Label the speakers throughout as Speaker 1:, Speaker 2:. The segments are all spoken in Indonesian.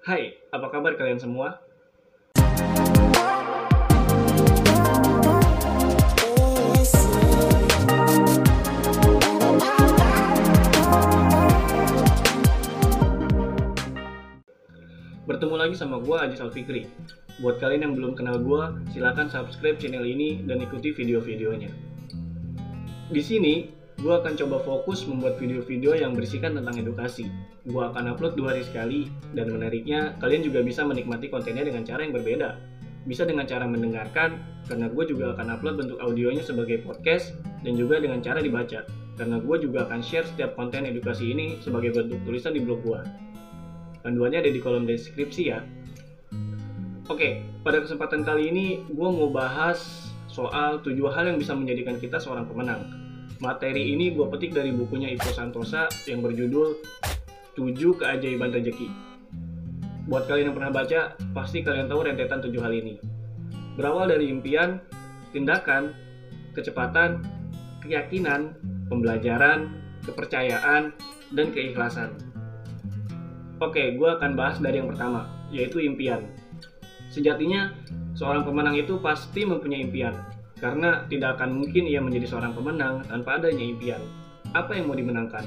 Speaker 1: Hai, apa kabar kalian semua? Bertemu lagi sama gue, Aji Salfikri. Buat kalian yang belum kenal gue, silakan subscribe channel ini dan ikuti video-videonya. Di sini, gue akan coba fokus membuat video-video yang berisikan tentang edukasi. Gue akan upload 2 hari sekali, dan menariknya, kalian juga bisa menikmati kontennya dengan cara yang berbeda. Bisa dengan cara mendengarkan, karena gue juga akan upload bentuk audionya sebagai podcast, dan juga dengan cara dibaca, karena gue juga akan share setiap konten edukasi ini sebagai bentuk tulisan di blog gue. Panduannya ada di kolom deskripsi ya. Oke, pada kesempatan kali ini gue mau bahas soal 7 hal yang bisa menjadikan kita seorang pemenang. Materi ini gue petik dari bukunya Iko Santosa yang berjudul 7 Keajaiban Rezeki. Buat kalian yang pernah baca, pasti kalian tahu rentetan 7 hal ini. Berawal dari impian, tindakan, kecepatan, keyakinan, pembelajaran, kepercayaan, dan keikhlasan. Oke, gue akan bahas dari yang pertama, yaitu impian. Sejatinya, seorang pemenang itu pasti mempunyai impian, karena tidak akan mungkin ia menjadi seorang pemenang tanpa adanya impian. Apa yang mau dimenangkan?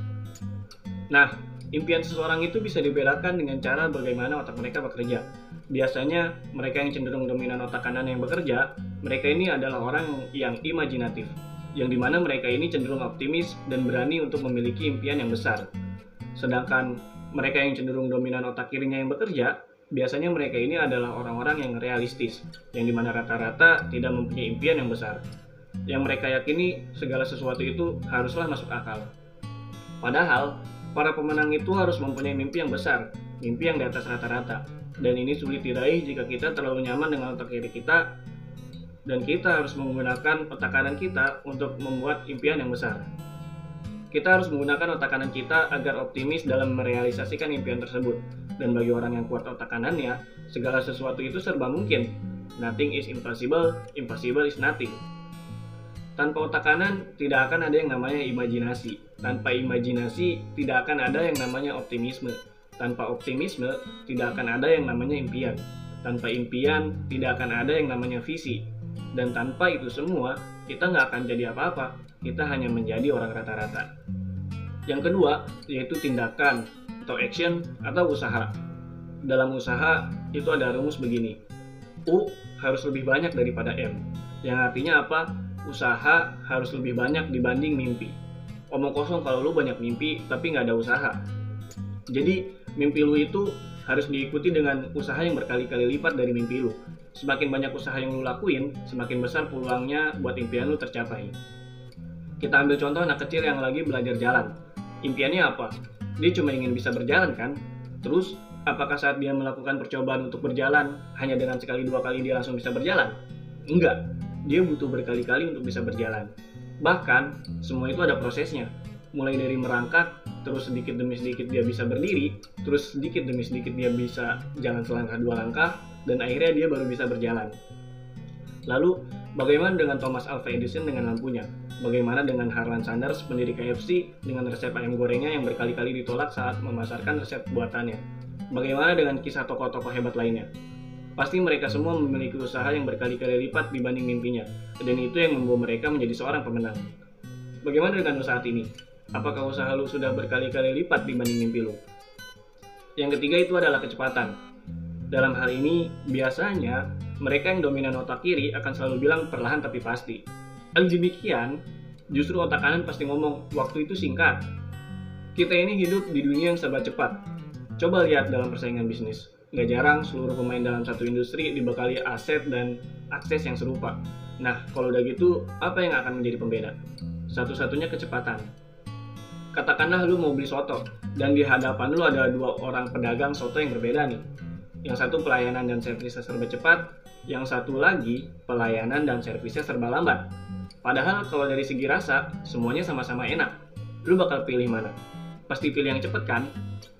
Speaker 1: Nah, impian seseorang itu bisa dibedakan dengan cara bagaimana otak mereka bekerja. Biasanya, mereka yang cenderung dominan otak kanan yang bekerja, mereka ini adalah orang yang imajinatif, yang dimana mereka ini cenderung optimis dan berani untuk memiliki impian yang besar. Sedangkan mereka yang cenderung dominan otak kirinya yang bekerja, biasanya mereka ini adalah orang-orang yang realistis, yang dimana rata-rata tidak mempunyai impian yang besar. Yang mereka yakini segala sesuatu itu haruslah masuk akal. Padahal, para pemenang itu harus mempunyai mimpi yang besar, mimpi yang di atas rata-rata. Dan ini sulit diraih jika kita terlalu nyaman dengan otak kiri kita, dan kita harus menggunakan otak kanan kita untuk membuat impian yang besar. Kita harus menggunakan otak kanan kita agar optimis dalam merealisasikan impian tersebut. Dan bagi orang yang kuat otak kanannya, segala sesuatu itu serba mungkin. Nothing is impossible, impossible is nothing. Tanpa otak kanan, tidak akan ada yang namanya imajinasi. Tanpa imajinasi, tidak akan ada yang namanya optimisme. Tanpa optimisme, tidak akan ada yang namanya impian. Tanpa impian, tidak akan ada yang namanya visi. Dan tanpa itu semua, kita nggak akan jadi apa-apa. Kita hanya menjadi orang rata-rata. Yang kedua, yaitu tindakan atau action atau usaha. Dalam usaha, itu ada rumus begini. U harus lebih banyak daripada M. Yang artinya apa? Usaha harus lebih banyak dibanding mimpi. Omong kosong kalau lu banyak mimpi, tapi nggak ada usaha. Jadi, mimpi lu itu harus diikuti dengan usaha yang berkali-kali lipat dari mimpi lu. Semakin banyak usaha yang lu lakuin, semakin besar peluangnya buat impian lu tercapai. Kita ambil contoh anak kecil yang lagi belajar jalan. Impiannya apa? Dia cuma ingin bisa berjalan kan? Terus, apakah saat dia melakukan percobaan untuk berjalan, hanya dengan sekali dua kali dia langsung bisa berjalan? Enggak, dia butuh berkali-kali untuk bisa berjalan. Bahkan, semua itu ada prosesnya. Mulai dari merangkak, terus sedikit demi sedikit dia bisa berdiri, terus sedikit demi sedikit dia bisa jalan selangkah dua langkah, dan akhirnya dia baru bisa berjalan. Lalu, bagaimana dengan Thomas Alva Edison dengan lampunya? Bagaimana dengan Harlan Sanders, pendiri KFC, dengan resep ayam gorengnya yang berkali-kali ditolak saat memasarkan resep buatannya? Bagaimana dengan kisah tokoh-tokoh hebat lainnya? Pasti mereka semua memiliki usaha yang berkali-kali lipat dibanding mimpinya, dan itu yang membawa mereka menjadi seorang pemenang. Bagaimana dengan lu saat ini? Apakah usaha lu sudah berkali-kali lipat dibanding mimpi lu? Yang ketiga itu adalah kecepatan. Dalam hal ini, biasanya mereka yang dominan otak kiri akan selalu bilang perlahan tapi pasti. Demikian, justru otak kanan pasti ngomong, waktu itu singkat. Kita ini hidup di dunia yang serba cepat. Coba lihat dalam persaingan bisnis. Nggak jarang seluruh pemain dalam satu industri dibekali aset dan akses yang serupa. Nah, kalau udah gitu, apa yang akan menjadi pembeda? Satu-satunya kecepatan. Katakanlah lu mau beli soto, dan di hadapan lu ada 2 orang pedagang soto yang berbeda nih. Yang satu pelayanan dan servisnya serba cepat, yang satu lagi pelayanan dan servisnya serba lambat. Padahal kalau dari segi rasa, semuanya sama-sama enak. Lu bakal pilih mana? Pasti pilih yang cepet kan?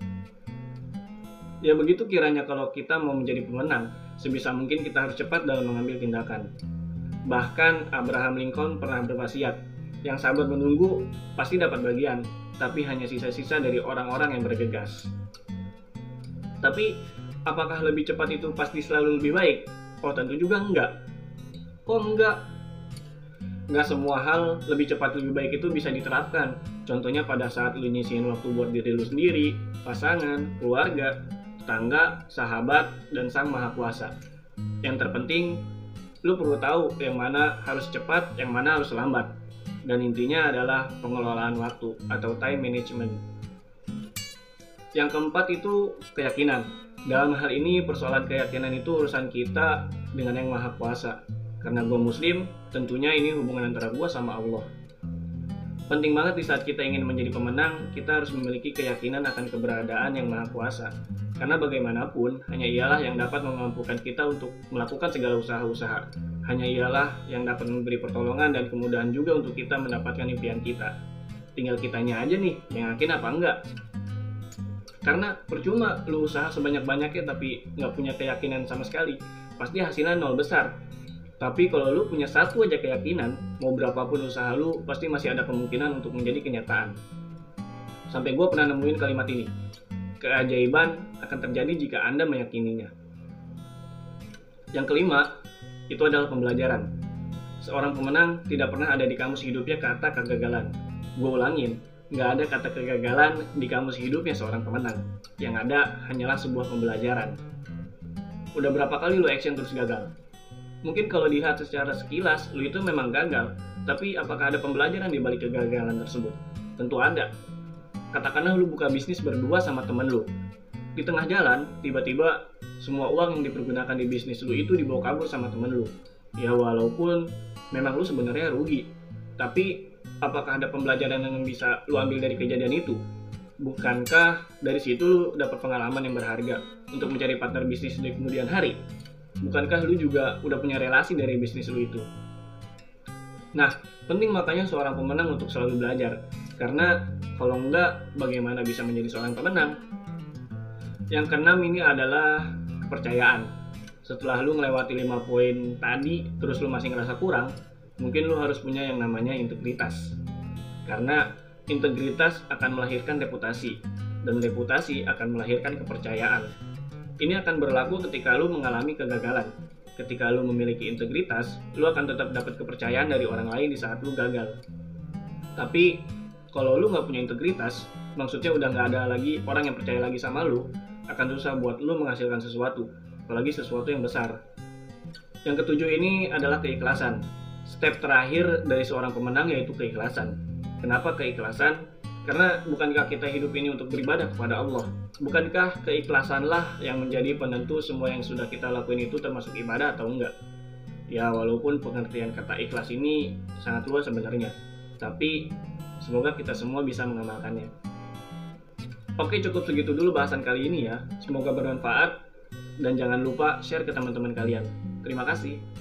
Speaker 1: Ya begitu kiranya kalau kita mau menjadi pemenang, sebisa mungkin kita harus cepat dalam mengambil tindakan. Bahkan Abraham Lincoln pernah berwasiat, yang sabar menunggu pasti dapat bagian, tapi hanya sisa-sisa dari orang-orang yang bergegas. Tapi apakah lebih cepat itu pasti selalu lebih baik? Oh, tentu juga enggak. Kok enggak? Enggak semua hal lebih cepat lebih baik itu bisa diterapkan. Contohnya pada saat lu nyisihin waktu buat diri lu sendiri, pasangan, keluarga, tetangga, sahabat, dan Sang Maha Kuasa. Yang terpenting, lu perlu tahu yang mana harus cepat, yang mana harus lambat. Dan intinya adalah pengelolaan waktu atau time management. Yang keempat itu keyakinan. Dalam hal ini persoalan keyakinan itu urusan kita dengan Yang Maha Kuasa. Karena gue muslim, tentunya ini hubungan antara gue sama Allah. Penting banget di saat kita ingin menjadi pemenang, kita harus memiliki keyakinan akan keberadaan Yang Maha Kuasa. Karena bagaimanapun, hanya Ialah yang dapat memampukan kita untuk melakukan segala usaha-usaha. Hanya Ialah yang dapat memberi pertolongan dan kemudahan juga untuk kita mendapatkan impian kita. Tinggal kitanya aja nih, yang yakin apa enggak. Karena percuma lu usaha sebanyak-banyaknya tapi nggak punya keyakinan sama sekali, pasti hasilnya nol besar. Tapi kalau lu punya satu aja keyakinan, mau berapapun usaha lu, pasti masih ada kemungkinan untuk menjadi kenyataan. Sampai gue pernah nemuin kalimat ini, keajaiban akan terjadi jika Anda meyakininya. Yang kelima, itu adalah pembelajaran. Seorang pemenang tidak pernah ada di kamus hidupnya kata kegagalan. Gue ulangin, nggak ada kata kegagalan di kamus hidupnya seorang pemenang. Yang ada hanyalah sebuah pembelajaran. Udah berapa kali lu action terus gagal? Mungkin kalau dilihat secara sekilas, lu itu memang gagal. Tapi apakah ada pembelajaran di balik kegagalan tersebut? Tentu ada. Katakanlah lu buka bisnis berdua sama temen lu. Di tengah jalan, tiba-tiba semua uang yang dipergunakan di bisnis lu itu dibawa kabur sama temen lu. Ya walaupun memang lu sebenarnya rugi. Tapi apakah ada pembelajaran yang bisa lu ambil dari kejadian itu? Bukankah dari situ lu dapat pengalaman yang berharga untuk mencari partner bisnis di kemudian hari? Bukankah lu juga udah punya relasi dari bisnis lu itu? Nah, penting makanya seorang pemenang untuk selalu belajar. Karena kalau enggak, bagaimana bisa menjadi seorang pemenang? Yang keenam ini adalah kepercayaan. Setelah lu melewati 5 poin tadi, terus lu masih ngerasa kurang, mungkin lu harus punya yang namanya integritas. Karena integritas akan melahirkan reputasi, dan reputasi akan melahirkan kepercayaan. Ini akan berlaku ketika lu mengalami kegagalan. Ketika lu memiliki integritas, lu akan tetap dapat kepercayaan dari orang lain di saat lu gagal. Tapi kalau lu nggak punya integritas, maksudnya udah nggak ada lagi orang yang percaya lagi sama lu, akan susah buat lu menghasilkan sesuatu, apalagi sesuatu yang besar. Yang ketujuh ini adalah keikhlasan. Step terakhir dari seorang pemenang yaitu keikhlasan. Kenapa keikhlasan? Karena bukankah kita hidup ini untuk beribadah kepada Allah? Bukankah keikhlasanlah yang menjadi penentu semua yang sudah kita lakuin itu termasuk ibadah atau enggak? Ya walaupun pengertian kata ikhlas ini sangat luas sebenarnya, tapi semoga kita semua bisa mengamalkannya. Oke, cukup segitu dulu bahasan kali ini ya. Semoga bermanfaat dan jangan lupa share ke teman-teman kalian. Terima kasih.